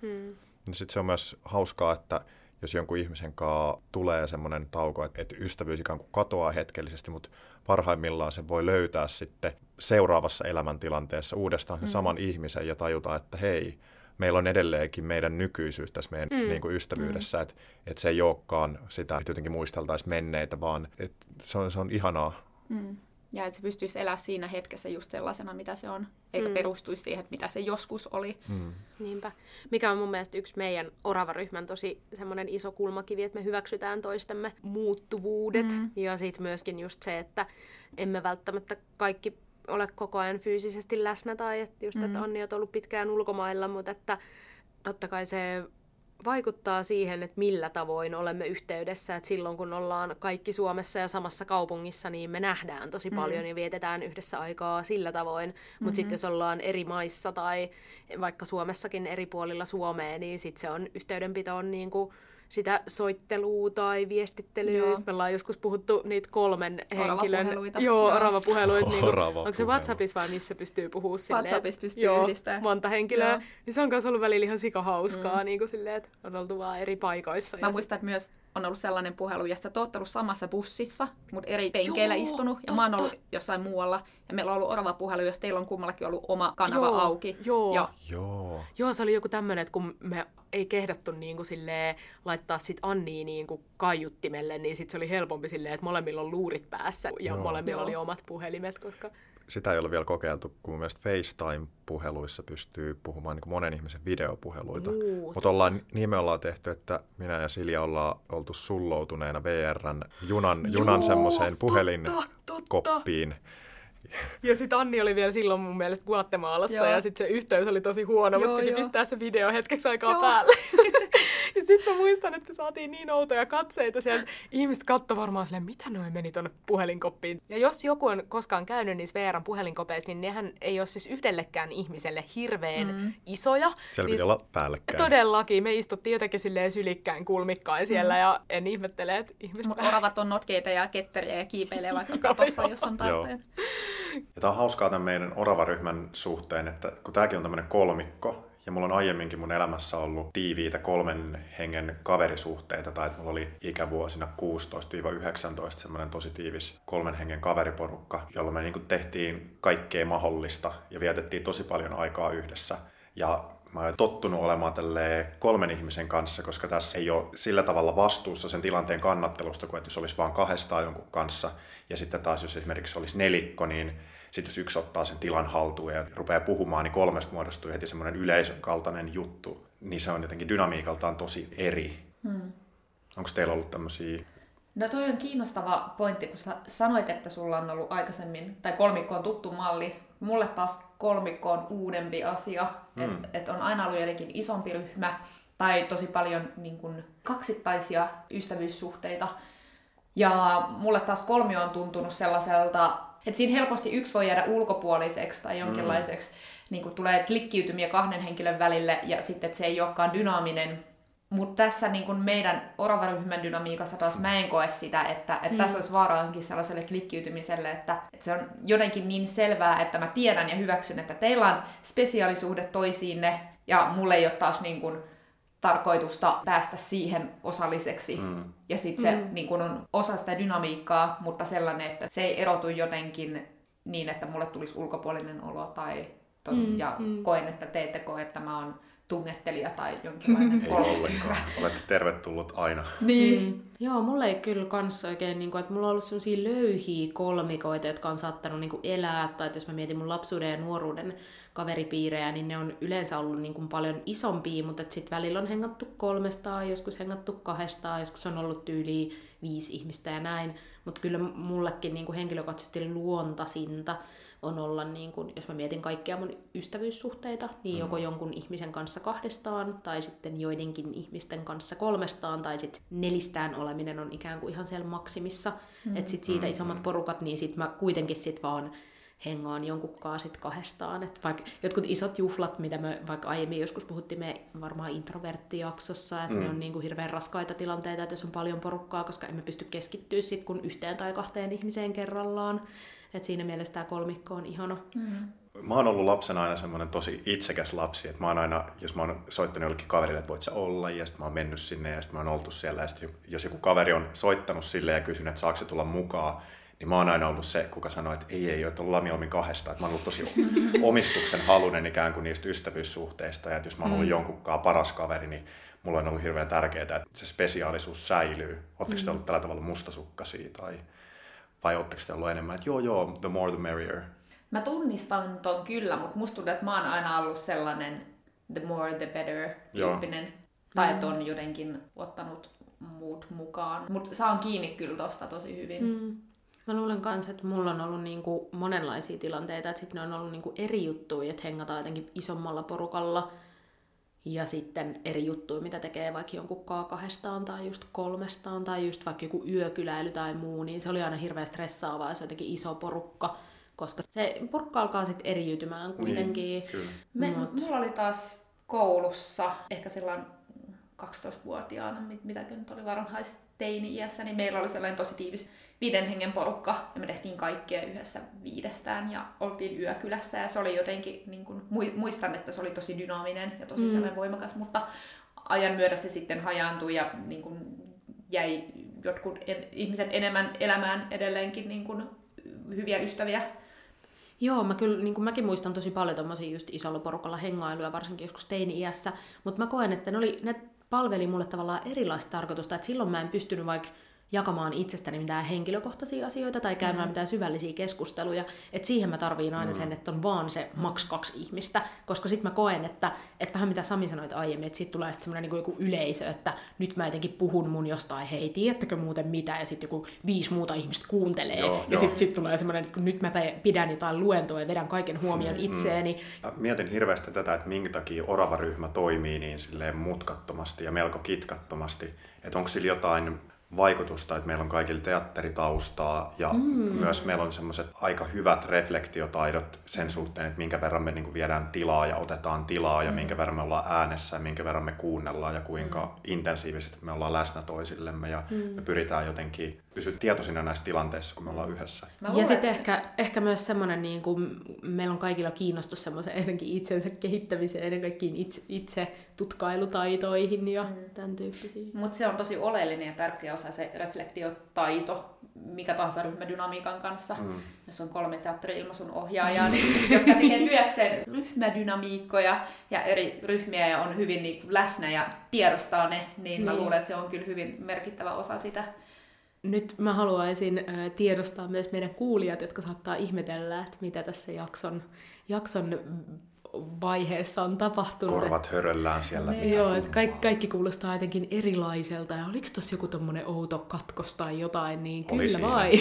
Sitten se on myös hauskaa, että jos jonkun ihmisen kanssa tulee semmoinen tauko, että ystävyys ikään kuin katoaa hetkellisesti, mutta parhaimmillaan se voi löytää sitten seuraavassa elämäntilanteessa uudestaan sen saman ihmisen ja tajuta, että hei, meillä on edelleenkin meidän nykyisyys tässä meidän niin kuin ystävyydessä, että se ei olekaan sitä, että jotenkin muisteltaisiin menneitä, vaan että se on ihanaa. Ja että se pystyisi elämään siinä hetkessä just sellaisena, mitä se on, eikä perustuisi siihen, että mitä se joskus oli. Niinpä. Mikä on mun mielestä yksi meidän Orava-ryhmän tosi semmoinen iso kulmakivi, että me hyväksytään toistemme muuttuvuudet. Ja sitten myöskin just se, että emme välttämättä kaikki ole koko ajan fyysisesti läsnä, tai että just, että Anni on ollut pitkään ulkomailla, mutta että totta kai se vaikuttaa siihen, että millä tavoin olemme yhteydessä. Että silloin, kun ollaan kaikki Suomessa ja samassa kaupungissa, niin me nähdään tosi paljon ja vietetään yhdessä aikaa sillä tavoin. Mutta sitten jos ollaan eri maissa tai vaikka Suomessakin eri puolilla Suomea, niin sitten se on yhteydenpito on niin kuin sitä soittelua tai viestittelyä. Me ollaan joskus puhuttu niitä 3 henkilön... Orava-puheluita. Niin onko se WhatsAppissa vai missä pystyy puhumaan silleen? WhatsAppissa pystyy yhdistämään. Monta henkilöä. Niin se on myös ollut välillä ihan sikahauskaa, niin kuin silleen, että on oltu vaan eri paikoissa. Mä muistan, että myös on ollut sellainen puhelu, jossa te olette ollut samassa bussissa, mutta eri penkeillä istunut. Ja mä oon ollut jossain muualla. Ja meillä on ollut Orava-puhelu, jos teillä on kummallakin ollut oma kanava auki. Joo, se oli joku tämmöinen, että kun me ei kehdattu niin kuin silleen, laittaa sit Annia niin kuin kaiuttimelle, niin sit se oli helpompi silleen, että molemmilla on luurit päässä ja molemmilla oli omat puhelimet, koska... Sitä ei ole vielä kokeiltu, kun mun mielestä FaceTime-puheluissa pystyy puhumaan niin kuin monen ihmisen videopuheluita. Mutta me ollaan tehty, että minä ja Silja ollaan oltu sulloutuneena VR:n junan semmoiseen puhelinkoppiin. Ja sitten Anni oli vielä silloin mun mielestä Guatemalassa ja sitten se yhteys oli tosi huono, mutta piti pistää se video hetkeksi aikaa päälle. Ja sitten mä muistan, että me saatiin niin outoja katseita sieltä. Ihmiset katsoi varmaan silleen, mitä noin meni tuonne puhelinkoppiin. Ja jos joku on koskaan käynyt niissä VR:n puhelinkopeissa, niin nehän ei ole siis yhdellekään ihmiselle hirveän isoja. Siellä piti olla päällekkäin. Todellakin. Me istuttiin jotenkin silleen sylikkäin kulmikkain siellä ja en ihmettele, että ihmiset... Mutta oravat on notkeita ja ketteriä ja kiipeilee vaikka katossa, jos on tarpeen. Ja tämä on hauskaa tämän meidän Orava-ryhmän suhteen, että kun tämäkin on tämmöinen kolmikko, ja mulla on aiemminkin mun elämässä ollut tiiviitä 3 hengen kaverisuhteita, tai että mulla oli ikävuosina 16-19 semmoinen tosi tiivis 3 hengen kaveriporukka, jolla me niinku tehtiin kaikkea mahdollista ja vietettiin tosi paljon aikaa yhdessä. Ja mä oon tottunut olemaan tälleen 3 ihmisen kanssa, koska tässä ei ole sillä tavalla vastuussa sen tilanteen kannattelusta, kuin että jos olisi vaan 2 jonkun kanssa. Ja sitten taas, jos esimerkiksi olisi nelikko, niin sitten jos yksi ottaa sen tilan haltuun ja rupeaa puhumaan, niin 3 muodostuu heti semmoinen yleisön kaltainen juttu. Niin se on jotenkin dynamiikaltaan tosi eri. Onko teillä ollut tämmöisiä? No toi on kiinnostava pointti, kun sä sanoit, että sulla on ollut aikaisemmin, tai kolmikko on tuttu malli. Mulle taas kolmikko on uudempi asia, että on aina ollut jotenkin isompi ryhmä tai tosi paljon niin kuin kaksittaisia ystävyyssuhteita. Ja mulle taas kolmio on tuntunut sellaiselta, että siinä helposti yksi voi jäädä ulkopuoliseksi tai jonkinlaiseksi, niin kuin tulee klikkiytymiä 2 henkilön välille ja sitten, että se ei olekaan dynaaminen. Mutta tässä niin kun meidän Orava-ryhmän dynamiikassa taas mä en koe sitä, että tässä olisi vaara johonkin sellaiselle klikkiytymiselle, että se on jotenkin niin selvää, että mä tiedän ja hyväksyn, että teillä on spesiaalisuhde toisiinne ja mulle ei ole taas niin kun tarkoitusta päästä siihen osalliseksi. Ja sitten se niin kun on osa sitä dynamiikkaa, mutta sellainen, että se ei erotu jotenkin niin, että mulle tulisi ulkopuolinen olo tai koen, että te ette koe, että mä oon tungettelija tai jonkinlainen Ei kolmistin. ollenkaan. Olette tervetullut aina. Niin. Joo, mulla ei kyllä kans oikein, niin kuin, että mulla on ollut sellaisia löyhiä kolmikoita, jotka on saattanut niin kuin elää, tai että jos mä mietin mun lapsuuden ja nuoruuden kaveripiirejä, niin ne on yleensä ollut niin kuin paljon isompia, mutta sitten välillä on hengattu 3, joskus hengattu 2, joskus on ollut tyyliin 5 ihmistä ja näin, mutta kyllä mullekin niin kuin henkilökohtaisesti luontaisinta on olla, niin kuin, jos mä mietin kaikkia mun ystävyyssuhteita, niin joko jonkun ihmisen kanssa 2, tai sitten joidenkin ihmisten kanssa 3, tai sitten 4 oleminen on ikään kuin ihan siellä maksimissa. Että sitten siitä isommat porukat, niin sitten mä kuitenkin sit vaan hengaan jonkunkaan sit 2. Että vaikka jotkut isot juhlat, mitä me vaikka aiemmin joskus puhuttiin me varmaan introverttijaksossa, että ne on niin kuin hirveän raskaita tilanteita, että jos on paljon porukkaa, koska emme pysty keskittyä sit kun 1 tai 2 ihmiseen kerrallaan. Että siinä mielessä tämä kolmikko on ihana. Mä oon ollut lapsena aina semmoinen tosi itsekäs lapsi, että mä oon aina, jos mä oon soittanut jollekin kaverille, että voit sä olla, ja sitten mä oon mennyt sinne, ja sitten mä oon oltu siellä, ja sitten jos joku kaveri on soittanut sille ja kysynyt, että saako se tulla mukaan, niin mä oon aina ollut se, kuka sanoo, että ei, että ollaan mieluummin 2, että mä oon ollut tosi omistuksen halunen ikään kuin niistä ystävyyssuhteista, ja että jos mä oon ollut jonkunkaan paras kaveri, niin mulla on ollut hirveän tärkeää, että se spesiaalisuus säilyy. Oletteko te ollut tällä tavalla mustasukkaisia, vai oletteko te ollut enemmän, että joo, the more the merrier? Mä tunnistan ton kyllä, mutta musta tuntuu, että mä oon aina ollut sellainen the more the better -tyyppinen. Tai että on jotenkin ottanut muut mukaan. Mutta saan kiinni kyllä tosta tosi hyvin. Mä luulen kanssa, että mulla on ollut niinku monenlaisia tilanteita, että sitten ne on ollut niinku eri juttuja, että hengataan jotenkin isommalla porukalla. Ja sitten eri juttuja, mitä tekee vaikka jonkun 2 tai just 3 tai just vaikka joku yökyläily tai muu, niin se oli aina hirveän stressaavaa, jos on jotenkin iso porukka, koska se porukka alkaa sitten eriytymään kuitenkin. Niin, mulla oli taas koulussa, ehkä silloin 12-vuotiaana, mitä nyt oli varhaisteini-iässä, niin meillä oli sellainen tosi tiivis 5 hengen porukka, ja me tehtiin kaikkea yhdessä 5 ja oltiin yökylässä, ja se oli jotenkin, niin kuin, muistan, että se oli tosi dynaaminen ja tosi sellainen voimakas, mutta ajan myötä se sitten hajaantui, ja niin kuin, jäi jotkut ihmiset enemmän elämään edelleenkin niin kuin, hyviä ystäviä. Joo, mäkin muistan tosi paljon tommosia just isolla porukalla hengailuja, varsinkin joskus teini-iässä, mutta mä koen, että ne palveli mulle tavallaan erilaista tarkoitusta, että silloin mä en pystynyt vaikka jakamaan itsestäni mitään henkilökohtaisia asioita tai käymään mitään syvällisiä keskusteluja, että siihen mä tarviin aina sen, että on vaan se maks 2 ihmistä, koska sit mä koen, että vähän mitä Sami sanoit aiemmin, että sit tulee sit semmoinen niin joku yleisö, että nyt mä jotenkin puhun mun jostain, hei, tiedättekö muuten mitä, ja sitten joku 5 muuta ihmistä kuuntelee, ja sitten tulee semmoinen, että kun nyt mä pidän jotain luentoa ja vedän kaiken huomion itseeni. Mietin hirveästi tätä, että minkä takia orava-ryhmä toimii niin silleen mutkattomasti ja melko kitkattomasti, että onko sillä jotain vaikutusta, että meillä on kaikilla teatteritaustaa ja myös meillä on semmoiset aika hyvät reflektiotaidot sen suhteen, että minkä verran me niin kuin viedään tilaa ja otetaan tilaa ja minkä verran me ollaan äänessä ja minkä verran me kuunnellaan ja kuinka intensiivisesti me ollaan läsnä toisillemme ja me pyritään jotenkin pysyä tietoisina näissä tilanteissa, kun me ollaan yhdessä. Ja sitten ehkä myös semmoinen, niin kuin meillä on kaikilla kiinnostus semmoisen etenkin itsensä kehittämiseen ja kaikkiin itse tutkailutaitoihin ja tämän tyyppisiin. Mutta se on tosi oleellinen ja tärkeä osa se reflektiotaito, mikä tahansa ryhmädynamiikan kanssa. Jos on 3 teatteri-ilmaisun ohjaajaa, niin, jotka tekee työkseen ryhmädynamiikkoja ja eri ryhmiä ja on hyvin niin läsnä ja tiedostaa ne, niin mä luulen, että se on kyllä hyvin merkittävä osa sitä. Nyt mä haluaisin tiedostaa myös meidän kuulijat, jotka saattaa ihmetellä, että mitä tässä jakson vaiheessa on tapahtunut. Korvat höröllään siellä. Joo, että kaikki kuulostaa jotenkin erilaiselta. Ja oliko tossa joku tommonen outo katkos tai jotain, niin oli kyllä siinä. vai.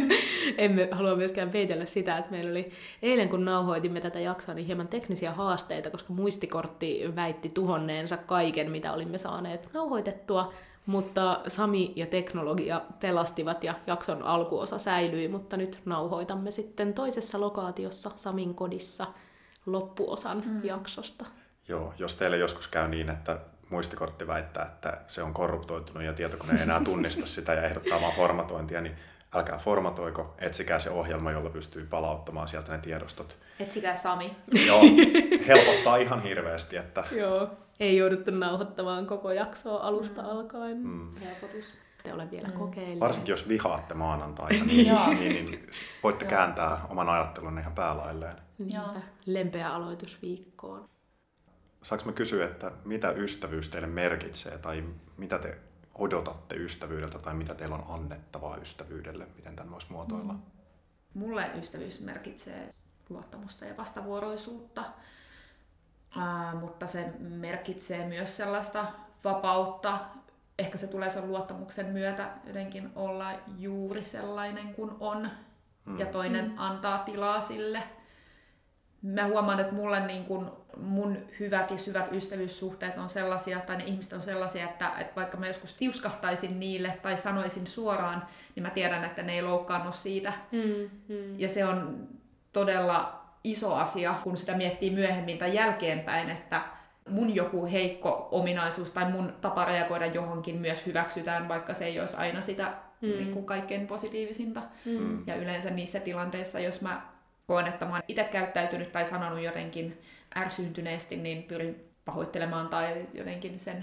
Emme halua myöskään peitellä sitä, että meillä oli eilen, kun nauhoitimme tätä jaksoa, niin hieman teknisiä haasteita, koska muistikortti väitti tuhonneensa kaiken, mitä olimme saaneet nauhoitettua. Mutta Sami ja teknologia pelastivat ja jakson alkuosa säilyi, mutta nyt nauhoitamme sitten toisessa lokaatiossa Samin kodissa loppuosan jaksosta. Joo, jos teille joskus käy niin, että muistikortti väittää, että se on korruptoitunut ja tietokone ei enää tunnista sitä ja ehdottaa vaan formatointia, niin älkää formatoiko, etsikää se ohjelma, jolla pystyy palauttamaan sieltä ne tiedostot. Etsikää Sami. Joo, helpottaa ihan hirveästi, että... Joo, ei jouduttu nauhoittamaan koko jaksoa alusta alkaen. Helpotus. Te ole vielä kokeilleet. Varsinkin jos vihaatte maanantaina, niin voitte kääntää oman ajattelunne ihan päälailleen. Niinpä. Lempeä aloitus viikkoon. Saanko mä kysyä, että mitä ystävyys teille merkitsee tai mitä te odotatte ystävyydeltä tai mitä teillä on annettavaa ystävyydelle? Miten tämän voisi muotoilla? Mulle ystävyys merkitsee luottamusta ja vastavuoroisuutta, mutta se merkitsee myös sellaista vapautta. Ehkä se tulee sen luottamuksen myötä jotenkin olla juuri sellainen kuin on ja toinen antaa tilaa sille. Mä huomaan, että mulle niin kun mun hyväkin syvät ystävyyssuhteet on sellaisia, tai ne ihmiset on sellaisia, että vaikka mä joskus tiuskahtaisin niille tai sanoisin suoraan, niin mä tiedän, että ne ei loukkaannut siitä. Ja se on todella iso asia, kun sitä miettii myöhemmin tai jälkeenpäin, että mun joku heikko ominaisuus tai mun tapa reagoida johonkin myös hyväksytään, vaikka se ei olisi aina sitä niin kuin kaikkein positiivisinta. Ja yleensä niissä tilanteissa, jos mä koen, että mä oon itse käyttäytynyt tai sanonut jotenkin ärsyyntyneesti, niin pyrin pahoittelemaan tai jotenkin sen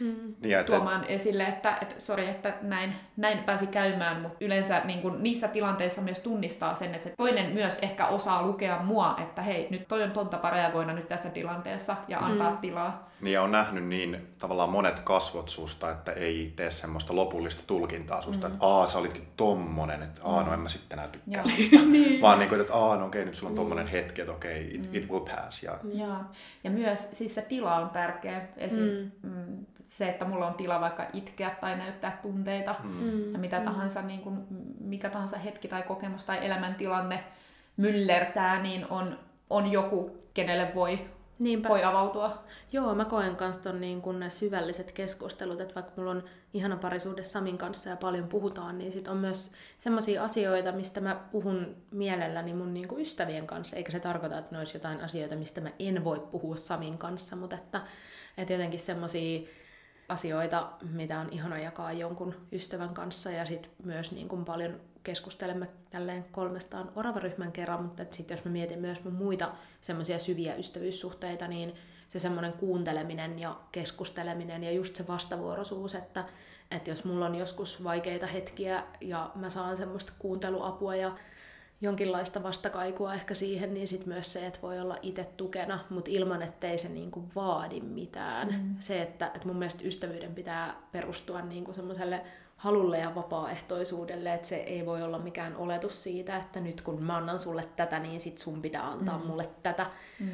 tuomaan esille, että sori, että näin pääsi käymään, mutta yleensä niin kun niissä tilanteissa myös tunnistaa sen, että se toinen myös ehkä osaa lukea mua, että hei, nyt toi on ton tapa reagoida nyt tässä tilanteessa ja antaa tilaa. Niin ja on nähnyt niin tavallaan monet kasvot susta, että ei tee semmoista lopullista tulkintaa susta, että sä olitkin tommonen, että no en mä sitten enää tykkää susta. Niin. Vaan niin kuin, että no okei, nyt sulla on tommonen hetki, että okei, it will pass. Ja myös siis se tila on tärkeä. Esim. Se, että mulla on tila vaikka itkeä tai näyttää tunteita ja mitä tahansa, niin kuin, mikä tahansa hetki tai kokemus tai elämäntilanne myllertää, niin on joku, kenelle voi avautua. Joo, mä koen kans ton niin kun ne syvälliset keskustelut, että vaikka mulla on ihana parisuhde Samin kanssa ja paljon puhutaan, niin sit on myös semmosia asioita, mistä mä puhun mielelläni mun niin kuin ystävien kanssa, eikä se tarkoita, että ne olisi jotain asioita, mistä mä en voi puhua Samin kanssa, mutta että jotenkin semmosia asioita, mitä on ihana jakaa jonkun ystävän kanssa ja sit myös niin kuin paljon keskustelemme tälleen 300 oravaryhmän kerran, mutta sitten jos mä mietin myös mun muita semmoisia syviä ystävyyssuhteita, niin se semmoinen kuunteleminen ja keskusteleminen ja just se vastavuoroisuus, että jos mulla on joskus vaikeita hetkiä ja mä saan semmoista kuunteluapua ja jonkinlaista vastakaikua ehkä siihen, niin sitten myös se, että voi olla itse tukena, mutta ilman, ettei se niinku vaadi mitään. Se, että mun mielestä ystävyyden pitää perustua niinku semmoiselle halulle ja vapaaehtoisuudelle, että se ei voi olla mikään oletus siitä, että nyt kun mä annan sulle tätä, niin sit sun pitää antaa mulle tätä.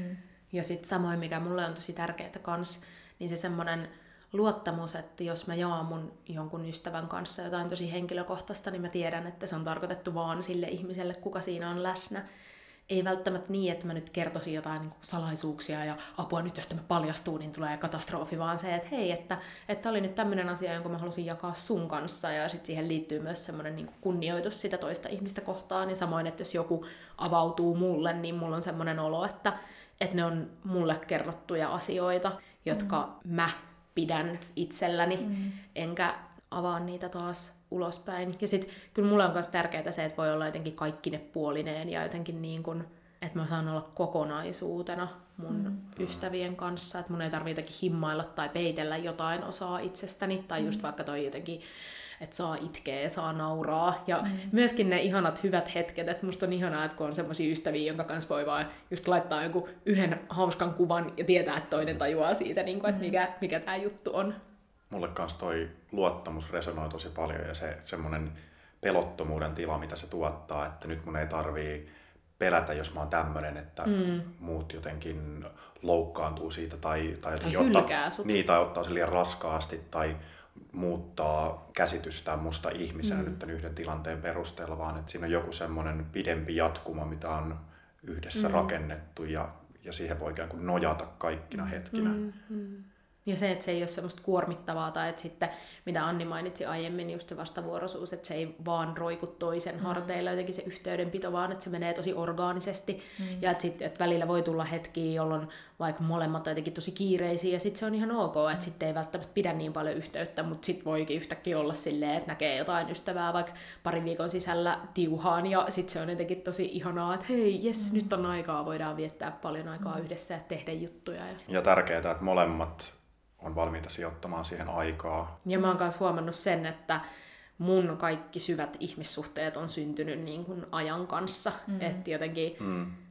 Ja sitten samoin, mikä mulle on tosi tärkeää kans, niin se semmoinen luottamus, että jos mä jaan mun jonkun ystävän kanssa jotain tosi henkilökohtaista, niin mä tiedän, että se on tarkoitettu vaan sille ihmiselle, kuka siinä on läsnä. Ei välttämättä niin, että mä nyt kertoisin jotain niin kuin salaisuuksia ja apua nyt, jos tämä paljastuu, niin tulee katastrofi, vaan se, että hei, että oli nyt tämmöinen asia, jonka mä halusin jakaa sun kanssa, ja sitten siihen liittyy myös semmoinen niin kuin kunnioitus sitä toista ihmistä kohtaan, niin samoin, että jos joku avautuu mulle, niin mulla on semmoinen olo, että ne on mulle kerrottuja asioita, jotka mä pidän itselläni, enkä avaa niitä taas ulospäin. Ja sitten kyllä mulle on myös tärkeää se, että voi olla jotenkin kaikkinepuolineen ja jotenkin niin kuin, että mä saan olla kokonaisuutena mun ystävien kanssa, että mun ei tarvitse jotenkin himmailla tai peitellä jotain osaa itsestäni, tai just vaikka toi jotenkin, että saa itkeä ja saa nauraa. Ja myöskin ne ihanat hyvät hetket, että musta on ihanaa, että kun on semmosia ystäviä, jonka kanssa voi vaan just laittaa jonkun yhden hauskan kuvan ja tietää, että toinen tajuaa siitä, niin kuin, että mikä tää juttu on. Mulle kanssa toi luottamus resonoi tosi paljon ja se semmoinen pelottomuuden tila, mitä se tuottaa, että nyt mun ei tarvii pelätä, jos mä oon tämmönen, että muut jotenkin loukkaantuu siitä tai ottaa se liian raskaasti tai muuttaa käsitystään musta ihmisenä nyt tämän yhden tilanteen perusteella, vaan että siinä on joku semmoinen pidempi jatkuma, mitä on yhdessä rakennettu ja siihen voi ikään kuin nojata kaikkina hetkinä. Ja se, että se ei ole semmoista kuormittavaa, tai että sitten, mitä Anni mainitsi aiemmin, just se vastavuoroisuus, että se ei vaan roiku toisen harteilla jotenkin se yhteydenpito, vaan että se menee tosi orgaanisesti. Ja että sitten että välillä voi tulla hetkiä, jolloin vaikka molemmat on jotenkin tosi kiireisiä, ja sitten se on ihan ok, että sitten ei välttämättä pidä niin paljon yhteyttä, mutta sitten voikin yhtäkkiä olla silleen, että näkee jotain ystävää vaikka parin viikon sisällä tiuhaan, ja sitten se on jotenkin tosi ihanaa, että hei, jes, nyt on aikaa, voidaan viettää paljon aikaa yhdessä ja tehdä juttuja. Ja tärkeää, että molemmat on valmiita sijoittamaan siihen aikaa. Ja mä oon myös huomannut sen, että mun kaikki syvät ihmissuhteet on syntynyt niin kuin ajan kanssa. Että jotenkin,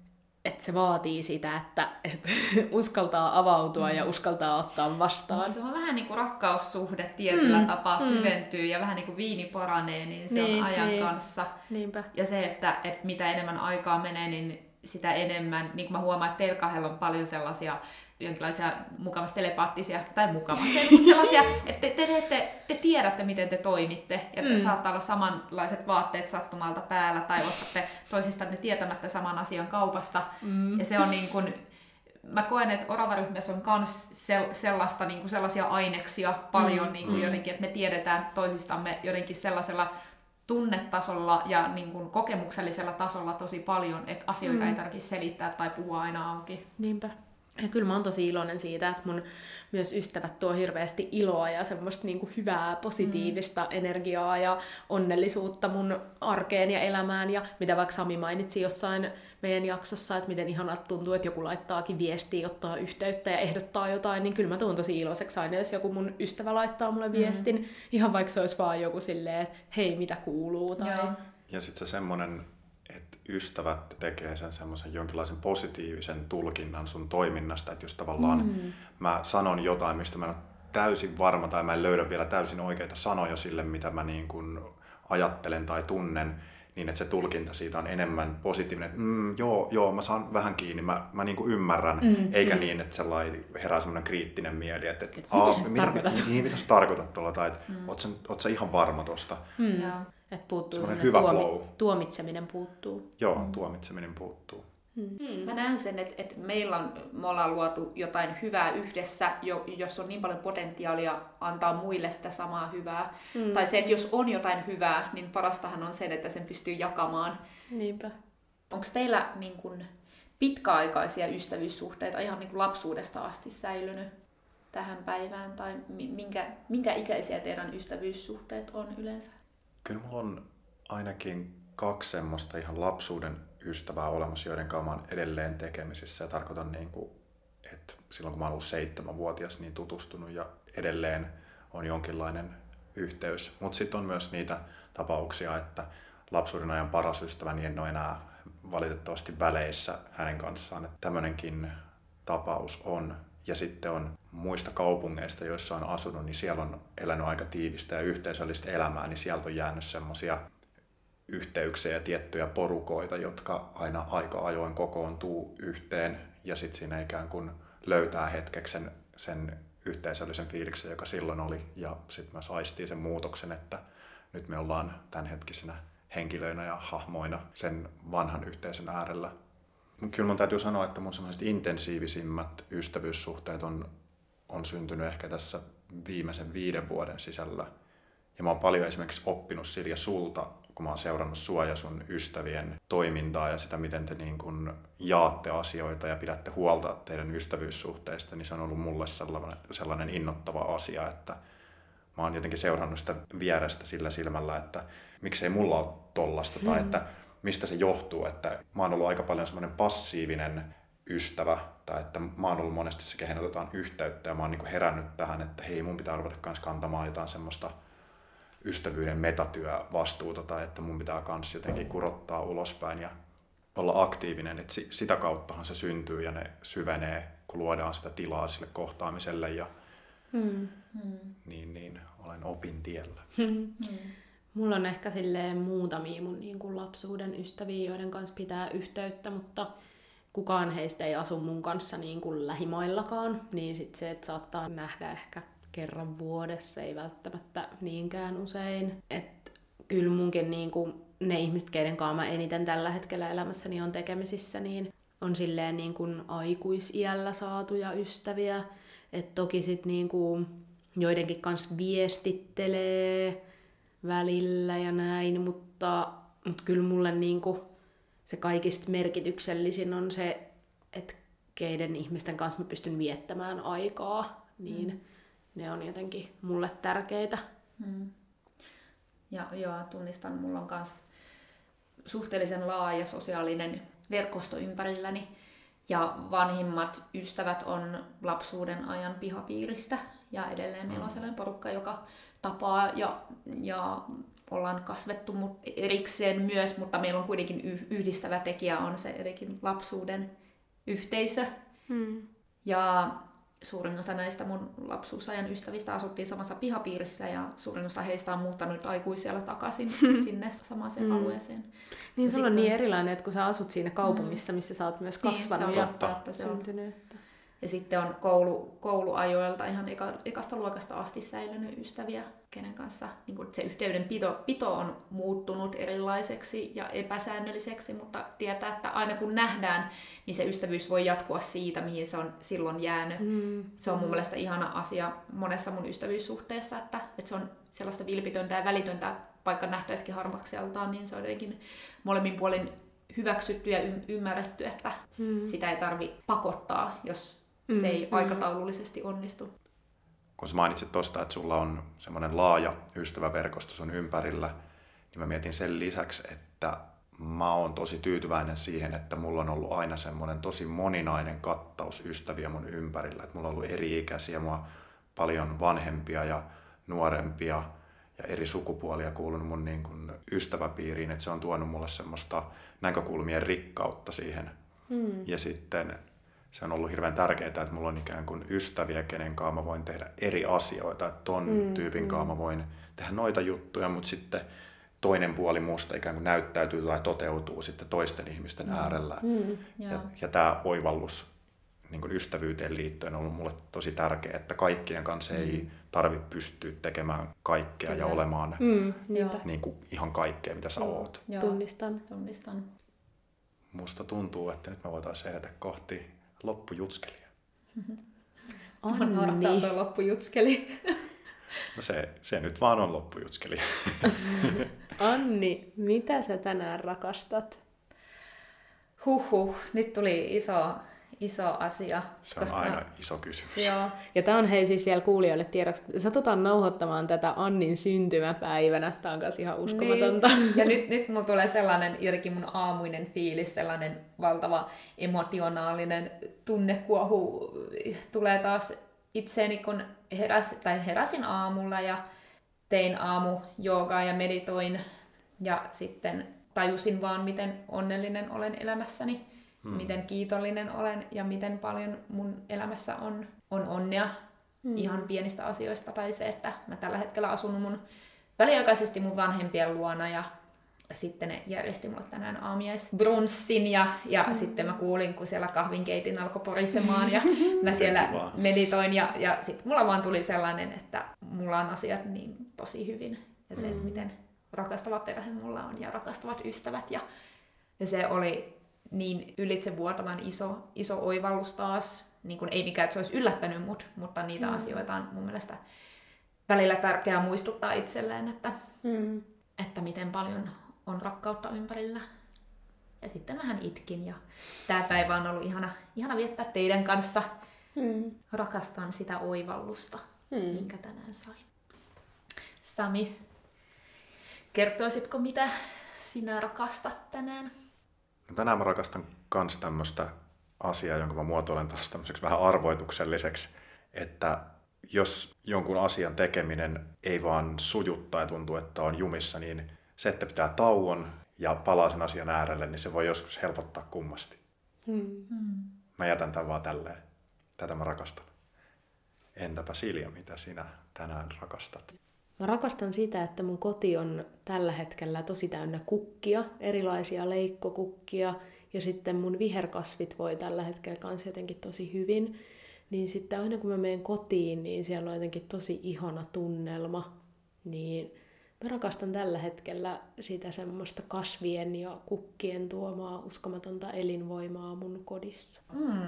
että se vaatii sitä, että uskaltaa avautua ja uskaltaa ottaa vastaan. Se on vähän niin kuin rakkaussuhde tietyllä tapaa syventyy ja vähän niin kuin viini paranee, niin se on ajan kanssa. Niinpä. Ja se, että mitä enemmän aikaa menee, niin sitä enemmän, niin kuin mä huomaan, että teillä kahdella on paljon sellaisia jonkinlaisia mukavasti telepaattisia, tai mukavasti, mutta sellaisia, että te tiedätte, miten te toimitte, ja saattaa olla samanlaiset vaatteet sattumalta päällä, tai ostatte toisistanne tietämättä saman asian kaupasta, ja se on niin kuin, mä koen, että oravaryhmässä on myös sellaista, niin kuin sellaisia aineksia paljon niin kuin jotenkin, että me tiedetään toisistamme jotenkin sellaisella tunnetasolla ja niin kuin kokemuksellisella tasolla tosi paljon, että asioita ei tarvitse selittää tai puhua aina auki. Niinpä. Ja kyllä mä oon tosi iloinen siitä, että mun myös ystävät tuo hirveästi iloa ja semmoista niinku hyvää, positiivista energiaa ja onnellisuutta mun arkeen ja elämään. Ja mitä vaikka Sami mainitsi jossain meidän jaksossa, että miten ihanalta tuntuu, että joku laittaakin viestiä, ottaa yhteyttä ja ehdottaa jotain, niin kyllä mä tuun tosi iloiseksi aina, jos joku mun ystävä laittaa mulle viestin. Ihan vaikka se olisi vaan joku silleen, että hei, mitä kuuluu? Tai... Ja sitten se semmoinen, että ystävät tekee sen semmoisen jonkinlaisen positiivisen tulkinnan sun toiminnasta, että jos tavallaan mä sanon jotain, mistä mä en ole täysin varma tai mä en löydä vielä täysin oikeita sanoja sille, mitä mä niin kuin ajattelen tai tunnen, niin että se tulkinta siitä on enemmän positiivinen, että joo, mä saan vähän kiinni, mä niin kuin ymmärrän, eikä niin, että sellainen herää semmoinen kriittinen mieli, että mitä sä tarkoitat tuolla, tai että oot sä ihan varma tosta. Että puuttuu semmoinen hyvä flow. Tuomitseminen puuttuu. Joo, tuomitseminen puuttuu. Mä näen sen, että me ollaan luotu jotain hyvää yhdessä, jos on niin paljon potentiaalia antaa muille sitä samaa hyvää. Tai se, että jos on jotain hyvää, niin parastahan on se, että sen pystyy jakamaan. Niinpä. Onko teillä niin kun pitkäaikaisia ystävyyssuhteita ihan niin kun lapsuudesta asti säilynyt tähän päivään? Tai minkä ikäisiä teidän ystävyyssuhteet on yleensä? Kyllä mulla on ainakin 2 semmoista ihan lapsuuden ystävää olemassa, joiden kanssa mä oon edelleen tekemisissä. Ja tarkoitan, niin kuin, että silloin kun mä oon ollut 7-vuotias, niin tutustunut ja edelleen on jonkinlainen yhteys. Mutta sitten on myös niitä tapauksia, että lapsuuden ajan paras ystäväni en ole enää valitettavasti väleissä hänen kanssaan. Että tämmöinenkin tapaus on. Ja sitten on muista kaupungeista, joissa on asunut, niin siellä on elänyt aika tiivistä ja yhteisöllistä elämää, niin sieltä on jäänyt semmoisia yhteyksiä ja tiettyjä porukoita, jotka aina aika ajoin kokoontuu yhteen ja sitten siinä ikään kuin löytää hetkeksi sen yhteisöllisen fiiliksen, joka silloin oli, ja sitten myös aistii sen muutoksen, että nyt me ollaan tämänhetkisinä henkilöinä ja hahmoina sen vanhan yhteisön äärellä. Kyllä mun täytyy sanoa, että mun sellaiset intensiivisimmät ystävyyssuhteet on syntynyt ehkä tässä viimeisen 5 vuoden sisällä. Ja mä oon paljon esimerkiksi oppinut Silja sulta, kun mä oon seurannut sua ja sun ystävien toimintaa ja sitä, miten te niin kun jaatte asioita ja pidätte huolta teidän ystävyyssuhteista, niin se on ollut mulle sellainen innoittava asia, että mä oon jotenkin seurannut sitä vierestä sillä silmällä, että miksei mulla ole tollasta tai että mistä se johtuu, että mä oon ollut aika paljon semmoinen passiivinen ystävä, tai että mä oon ollut monesti se, kehen otetaan yhteyttä, ja mä oon niin kuin herännyt tähän, että hei, mun pitää ruveta kans kantamaan jotain semmoista ystävyyden metatyövastuuta, tai että mun pitää kans jotenkin kurottaa ulospäin ja olla aktiivinen, että sitä kauttahan se syntyy ja ne syvenee, kun luodaan sitä tilaa sille kohtaamiselle, ja niin olen opin tiellä. Mulla on ehkä silleen muutamia mun niin kuin lapsuuden ystäviä, joiden kanssa pitää yhteyttä, mutta kukaan heistä ei asu mun kanssa niin kuin lähimaillakaan, niin sit se, että saattaa nähdä ehkä kerran vuodessa, ei välttämättä niinkään usein. Et kyllä munkin niin kuin ne ihmiset, keiden kanssa mä eniten tällä hetkellä elämässäni on tekemisissä, niin on silleen niin kuin aikuisiällä saatuja ystäviä. Et toki sit niin kuin joidenkin kanssa viestittelee välillä ja näin, mutta kyllä mulle niinku se kaikista merkityksellisin on se, että keiden ihmisten kanssa mä pystyn viettämään aikaa, niin ne on jotenkin mulle tärkeitä. Ja joo, tunnistan, mulla on myös suhteellisen laaja sosiaalinen verkosto ympärilläni, ja vanhimmat ystävät on lapsuuden ajan pihapiiristä, ja edelleen meillä on sellainen porukka, joka tapaa ja ollaan kasvettu erikseen myös, mutta meillä on kuitenkin yhdistävä tekijä on se jotenkin lapsuuden yhteisö. Ja suurin osa näistä mun lapsuusajan ystävistä asuttiin samassa pihapiirissä ja suurin osa heistä on muuttanut aikuisella takaisin sinne samaiseen alueeseen. Niin sulla on niin erilainen, että kun sä asut siinä kaupungissa, missä sä oot myös kasvanut niin, ja syntynyt. Ja sitten on kouluajoilta ihan ekasta luokasta asti säilynyt ystäviä, kenen kanssa niin kun se yhteydenpito on muuttunut erilaiseksi ja epäsäännölliseksi, mutta tietää, että aina kun nähdään, niin se ystävyys voi jatkua siitä, mihin se on silloin jäänyt. Se on mun mielestä ihana asia monessa mun ystävyyssuhteessa, että se on sellaista vilpitöntä ja välitöntä, vaikka nähtäisikin harmakseltaan, niin se on jotenkin molemmin puolin hyväksytty ja ymmärretty, että sitä ei tarvitse pakottaa, jos se ei aikataulullisesti onnistu. Kun sä mainitsit tuosta, että sulla on semmoinen laaja ystäväverkosto sun ympärillä, niin mä mietin sen lisäksi, että mä oon tosi tyytyväinen siihen, että mulla on ollut aina semmoinen tosi moninainen kattaus ystäviä mun ympärillä. Että mulla on ollut eri-ikäisiä, paljon vanhempia ja nuorempia ja eri sukupuolia kuulunut mun niin kuin ystäväpiiriin, että se on tuonut mulle semmoista näkökulmien rikkautta siihen. Ja sitten se on ollut hirveän tärkeää, että mulla on ikään kuin ystäviä, kenen kanssa mä voin tehdä eri asioita. Että ton tyypin kanssa mä voin tehdä noita juttuja, mutta sitten toinen puoli musta ikään kuin näyttäytyy tai toteutuu sitten toisten ihmisten äärellä. Ja tämä oivallus niin kuin ystävyyteen liittyen on ollut mulle tosi tärkeää, että kaikkien kanssa ei tarvitse pystyä tekemään kaikkea ja olemaan niin kuin ihan kaikkea, mitä sä oot. Tunnistan. Musta tuntuu, että nyt me voitaisiin edetä kohti loppujutskelia. Anni. Tuo loppujutskeli. No se nyt vaan on loppujutskeli. Anni, mitä sä tänään rakastat? Nyt tuli iso asia. Se on aina iso kysymys. Joo. Ja tää on hei siis vielä kuulijoille tiedoksi. Satutaan nauhoittamaan tätä Annin syntymäpäivänä. Tää on kanssa ihan uskomatonta. Niin. Ja nyt mulla tulee sellainen jotenkin mun aamuinen fiilis, sellainen valtava emotionaalinen tunnekuohu tulee taas itseeni, kun heräsin aamulla ja tein aamujoogaa ja meditoin. Ja sitten tajusin vaan, miten onnellinen olen elämässäni. Miten kiitollinen olen ja miten paljon mun elämässä on onnea ihan pienistä asioista. Tai se, että mä tällä hetkellä asun väliaikaisesti mun vanhempien luona ja sitten ne järjesti mulle tänään aamiaisbrunssin ja sitten mä kuulin, kun siellä kahvinkeitin alkoi porisemaan ja mä siellä meditoin ja sitten mulla vaan tuli sellainen, että mulla on asiat niin tosi hyvin ja se, miten rakastava perhe mulla on ja rakastavat ystävät ja se oli niin ylitsevuotavan iso oivallus taas. Niin kuin ei mikään, että se olisi yllättänyt mutta niitä asioita on mun mielestä välillä tärkeää muistuttaa itselleen, että miten paljon on rakkautta ympärillä. Ja sitten vähän itkin. Ja tämä päivä on ollut ihana viettää teidän kanssa. Rakastan sitä oivallusta, minkä tänään sain. Sami, kertoisitko mitä sinä rakastat tänään? Tänään mä rakastan myös tämmöistä asiaa, jonka mä muotoilen taas tämmöiseksi vähän arvoitukselliseksi, että jos jonkun asian tekeminen ei vaan sujuttaa ja tuntuu, että on jumissa, niin se, että pitää tauon ja palaa sen asian äärelle, niin se voi joskus helpottaa kummasti. Mä jätän tämän vaan tälleen. Tätä mä rakastan. Entäpä Silja, mitä sinä tänään rakastat? Mä rakastan sitä, että mun koti on tällä hetkellä tosi täynnä kukkia, erilaisia leikkokukkia, ja sitten mun viherkasvit voi tällä hetkellä kanssa jotenkin tosi hyvin. Niin sitten aina kun mä menen kotiin, niin siellä on jotenkin tosi ihana tunnelma. Niin mä rakastan tällä hetkellä sitä semmoista kasvien ja kukkien tuomaa uskomatonta elinvoimaa mun kodissa.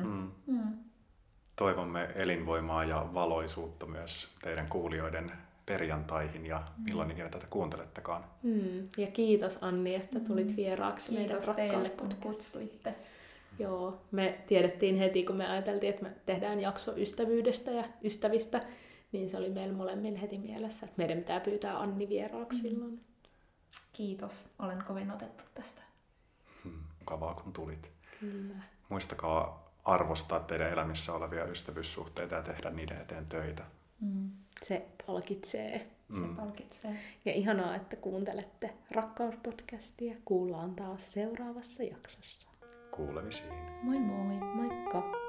Toivomme elinvoimaa ja valoisuutta myös teidän kuulijoiden perjantaihin ja milloin ikinä tätä kuuntelettekaan. Ja kiitos Anni, että tulit vieraaksi meidän rakkaalle kutsuitte. Joo, me tiedettiin heti, kun me ajateltiin, että me tehdään jakso ystävyydestä ja ystävistä, niin se oli meillä molemmilla heti mielessä, että meidän pitää pyytää Anni vieraaksi silloin. Kiitos, olen kovin otettu tästä. Mukavaa kun tulit. Kyllä. Muistakaa arvostaa teidän elämissä olevia ystävyyssuhteita ja tehdä niiden eteen töitä. Se palkitsee. Se palkitsee. Ja ihanaa, että kuuntelette Rakkauspodcastia. Kuullaan taas seuraavassa jaksossa. Kuulemisiin. Moi moi! Moikka!